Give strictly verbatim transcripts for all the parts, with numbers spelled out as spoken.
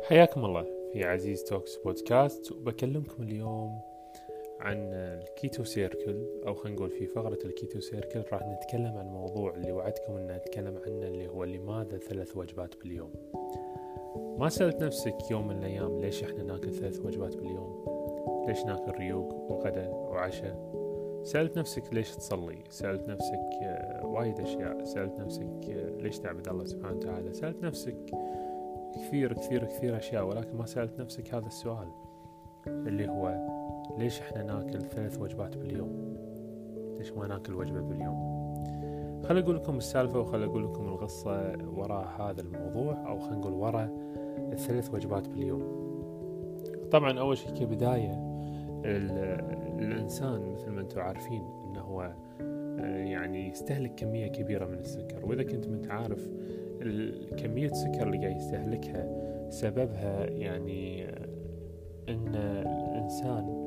حياكم الله في عزيز توكس بودكاست، وبكلمكم اليوم عن الكيتو سيركل، أو خلينا نقول في فقرة الكيتو سيركل راح نتكلم عن الموضوع اللي وعدتكم أن نتكلم عنه، اللي هو لماذا ثلاث وجبات باليوم. ما سألت نفسك يوم من الأيام ليش إحنا ناكل ثلاث وجبات باليوم؟ ليش ناكل ريوق وغدا وعشاء؟ سألت نفسك ليش تصلي؟ سألت نفسك وايد أشياء. سألت نفسك ليش تعبد الله سبحانه وتعالى؟ سألت نفسك كثير كثير كثير أشياء، ولكن ما سألت نفسك هذا السؤال اللي هو ليش إحنا ناكل ثلاث وجبات باليوم؟ ليش ما ناكل وجبة باليوم؟ خلي أقول لكم السالفة وخلي أقول لكم القصة وراء هذا الموضوع، أو خلينا نقول وراء الثلاث وجبات باليوم. طبعا أول شيء كبداية، الإنسان مثل ما أنتم عارفين أنه هو يعني يستهلك كمية كبيرة من السكر، وإذا كنت من عارف كمية السكر اللي قاعد يستهلكها سببها يعني أن الإنسان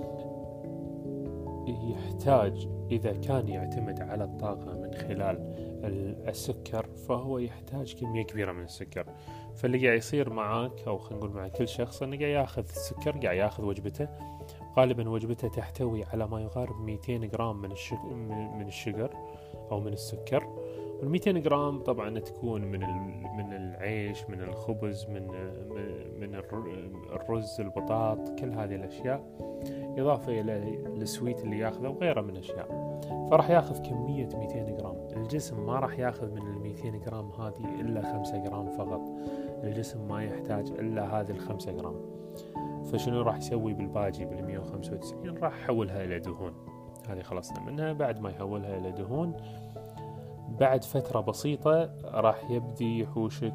يحتاج، إذا كان يعتمد على الطاقة من خلال السكر، فهو يحتاج كمية كبيرة من السكر. فاللي قاعد يصير معاك، أو خلينا نقول مع كل شخص، أنه قاعد ياخذ السكر، قاعد ياخذ وجبته. غالبا وجبته تحتوي على ما يقارب مئتين جرام من من الشجر أو من السكر. والمئتين جرام طبعا تكون من من العيش، من الخبز، من من الرز، البطاط، كل هذه الأشياء، إضافة إلى السويت اللي ياخذه وغيره من أشياء. فراح ياخذ كمية مئتين جرام. الجسم ما راح ياخذ من المئتين جرام هذه إلا خمسة جرام فقط. الجسم ما يحتاج إلا هذه الخمسة جرام. فشنو راح يسوي بالباقي بالمئة وخمسة وتسعين؟ راح يحولها إلى دهون. هذه خلصنا منها. بعد ما يحولها إلى دهون، بعد فترة بسيطة راح يبدي يحوشك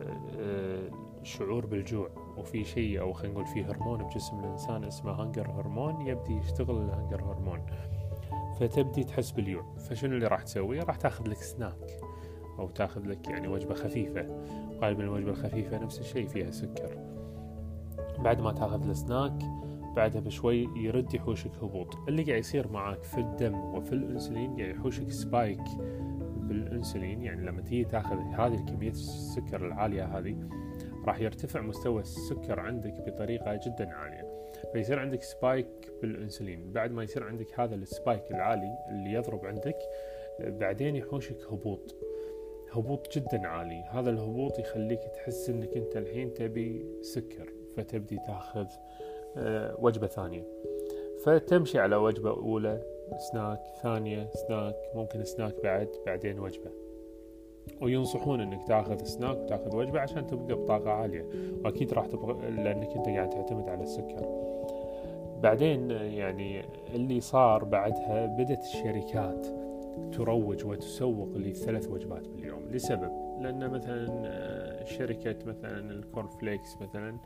شعور بالجوع، وفي شيء، أو خلينا نقول في هرمون بجسم الإنسان اسمه هنجر هرمون، يبدي يشتغل الهنجر هرمون، فتبدي تحس بالجوع. فشنو اللي راح تسوي؟ راح تاخذ لك سناك، أو تاخذ لك يعني وجبة خفيفة. غالبا الوجبة الخفيفة نفس الشيء فيها سكر. بعد ما تاخذ السناك، بعدها بشوي يرد يحوشك هبوط. اللي قاعد يصير معك في الدم وفي الأنسولين، قاعد يحوشك سبايك بالأنسولين. يعني لما تيجي تاخذ هذه الكمية السكر العالية هذه، راح يرتفع مستوى السكر عندك بطريقة جدا عالية، فيصير عندك سبايك بالأنسولين. بعد ما يصير عندك هذا السبايك العالي اللي يضرب عندك، بعدين يحوشك هبوط هبوط جدا عالي. هذا الهبوط يخليك تحس انك انت الحين تبي سكر، فتبدي تاخذ وجبة ثانية. فتمشي على وجبة أولى سناك، ثانية سناك، ممكن سناك بعد، بعدين وجبة. وينصحون انك تاخذ سناك وتاخذ وجبة عشان تبقى بطاقة عالية، واكيد راح تبقى لانك انت قاعد تعتمد على السكر. بعدين يعني اللي صار بعدها، بدت الشركات تروج وتسوق لثلاث وجبات باليوم لسبب، لان مثلا شركة مثلا الكورنفليكس مثلا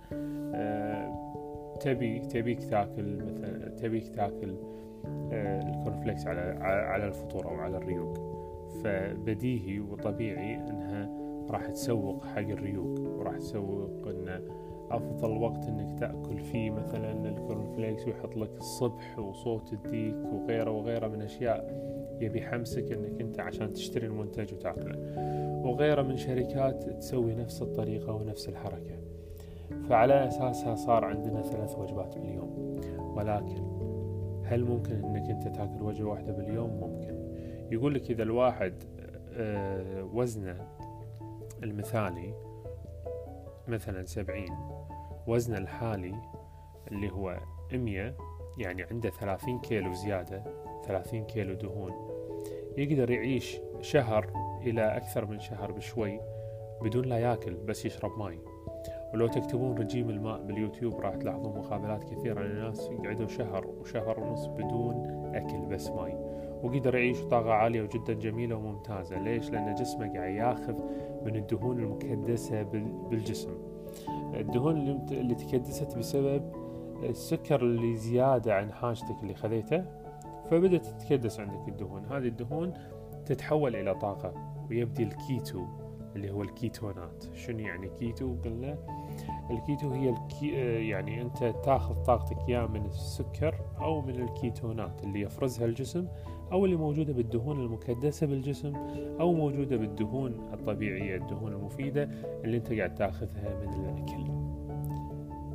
تبي تبيك تاكل مثلا تبيك تاكل الكورنفليكس على على الفطور او على الريوق. فبديهي وطبيعي انها راح تسوق حق الريوق، وراح تسوق ان افضل وقت انك تاكل فيه مثلا الكورنفليكس، ويحط لك الصبح وصوت الديك وغيره وغيره من اشياء يبي حمسك انك انت عشان تشتري المنتج وتاكله. وغيره من شركات تسوي نفس الطريقة ونفس الحركة. فعلى اساسها صار عندنا ثلاث وجبات باليوم. ولكن هل ممكن انك انت تاكل وجبة واحدة باليوم؟ ممكن. يقول لك إذا الواحد وزنه المثالي مثلا سبعين، وزنه الحالي اللي هو مية، يعني عنده ثلاثين كيلو زيادة، ثلاثين كيلو دهون، يقدر يعيش شهر إلى أكثر من شهر بشوي بدون لا يأكل، بس يشرب ماء. ولو تكتبون رجيم الماء باليوتيوب راح تلاحظون مقابلات كثيرة للناس يقعدوا شهر وشهر ونص بدون أكل، بس ماء، وقدر يعيش طاقة عالية وجدا جميلة وممتازة. ليش؟ لأن جسمه قاعد ياخذ من الدهون المكدسة بالجسم. الدهون اللي تكدست بسبب السكر اللي زيادة عن حاجتك اللي خذيته، فبدأت تتكدس عندك الدهون. هذه الدهون تتحول إلى طاقة، ويبدي الكيتو اللي هو الكيتونات. شنو يعني كيتو؟ قلنا الكيتو هي الكي يعني أنت تأخذ طاقتك يا من السكر أو من الكيتونات اللي يفرزها الجسم، أو اللي موجودة بالدهون المكدسة بالجسم، أو موجودة بالدهون الطبيعية، الدهون المفيدة اللي أنت قاعد تأخذها من الأكل.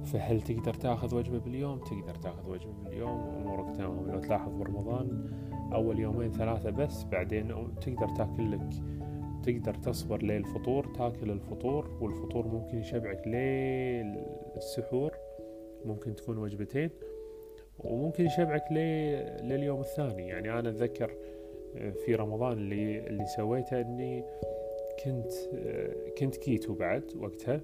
فهل تقدر تاخذ وجبة باليوم؟ تقدر تاخذ وجبة باليوم وأمورك تمام. لو تلاحظ برمضان أول يومين ثلاثة بس، بعدين تقدر تاكل لك، تقدر تصبر للفطور، تاكل الفطور، والفطور ممكن يشبعك للسحور، ممكن تكون وجبتين، وممكن يشبعك لليوم الثاني. يعني أنا أتذكر في رمضان اللي اللي سويته إني كنت كنت كيتو بعد وقتها،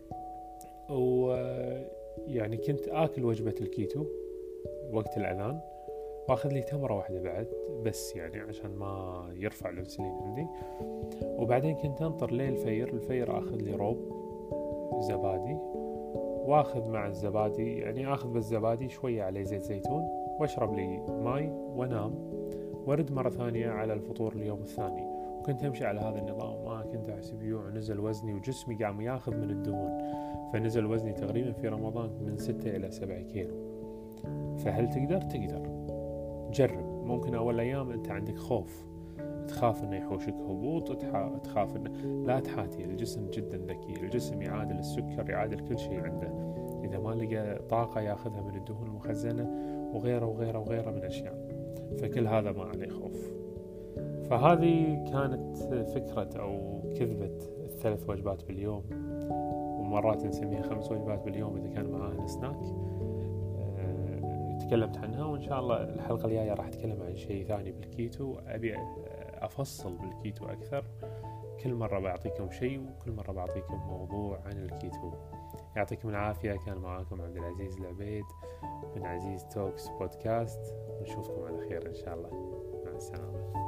ويعني كنت آكل وجبة الكيتو وقت الأذان، واخذ لي تمرة واحدة بعد بس، يعني عشان ما يرفع الأنسولين عندي. وبعدين كنت أنطر ليل الفير، الفير آخذ لي روب زبادي، واخذ مع الزبادي يعني آخذ بالزبادي شوية عليه زيت زيتون، واشرب لي ماي وانام، وارد مرة ثانية على الفطور اليوم الثاني. وكنت أمشي على هذا النظام، ما كنت أحس بجوع، ونزل وزني وجسمي قام ياخذ من الدهون، فنزل وزني تقريبا في رمضان من ستة إلى سبعة كيلو. فهل تقدر؟ تقدر، جرب. ممكن أول أيام أنت عندك خوف، تخاف إنه يحوشك هبوط، تخاف إنه لا تحاتي، الجسم جدا ذكي، الجسم يعادل السكر، يعادل كل شيء عنده، إذا ما لقى طاقة ياخذها من الدهون المخزنة وغيره وغيره وغيره من أشياء، فكل هذا ما عليه خوف. فهذه كانت فكرة أو كذبة الثلاث وجبات باليوم، ومرات نسميها خمس وجبات باليوم إذا كان معاها السناك. أه تكلمت عنها، وإن شاء الله الحلقة الجاية راح أتكلم عن شيء ثاني بالكيتو، أبي أفصل بالكيتو أكثر. كل مرة بعطيكم شيء، وكل مرة بعطيكم موضوع عن الكيتو. يعطيكم العافية. كان معاكم عبد العزيز العبيد من عزيز توكس بودكاست، ونشوفكم على خير إن شاء الله. مع السلامة.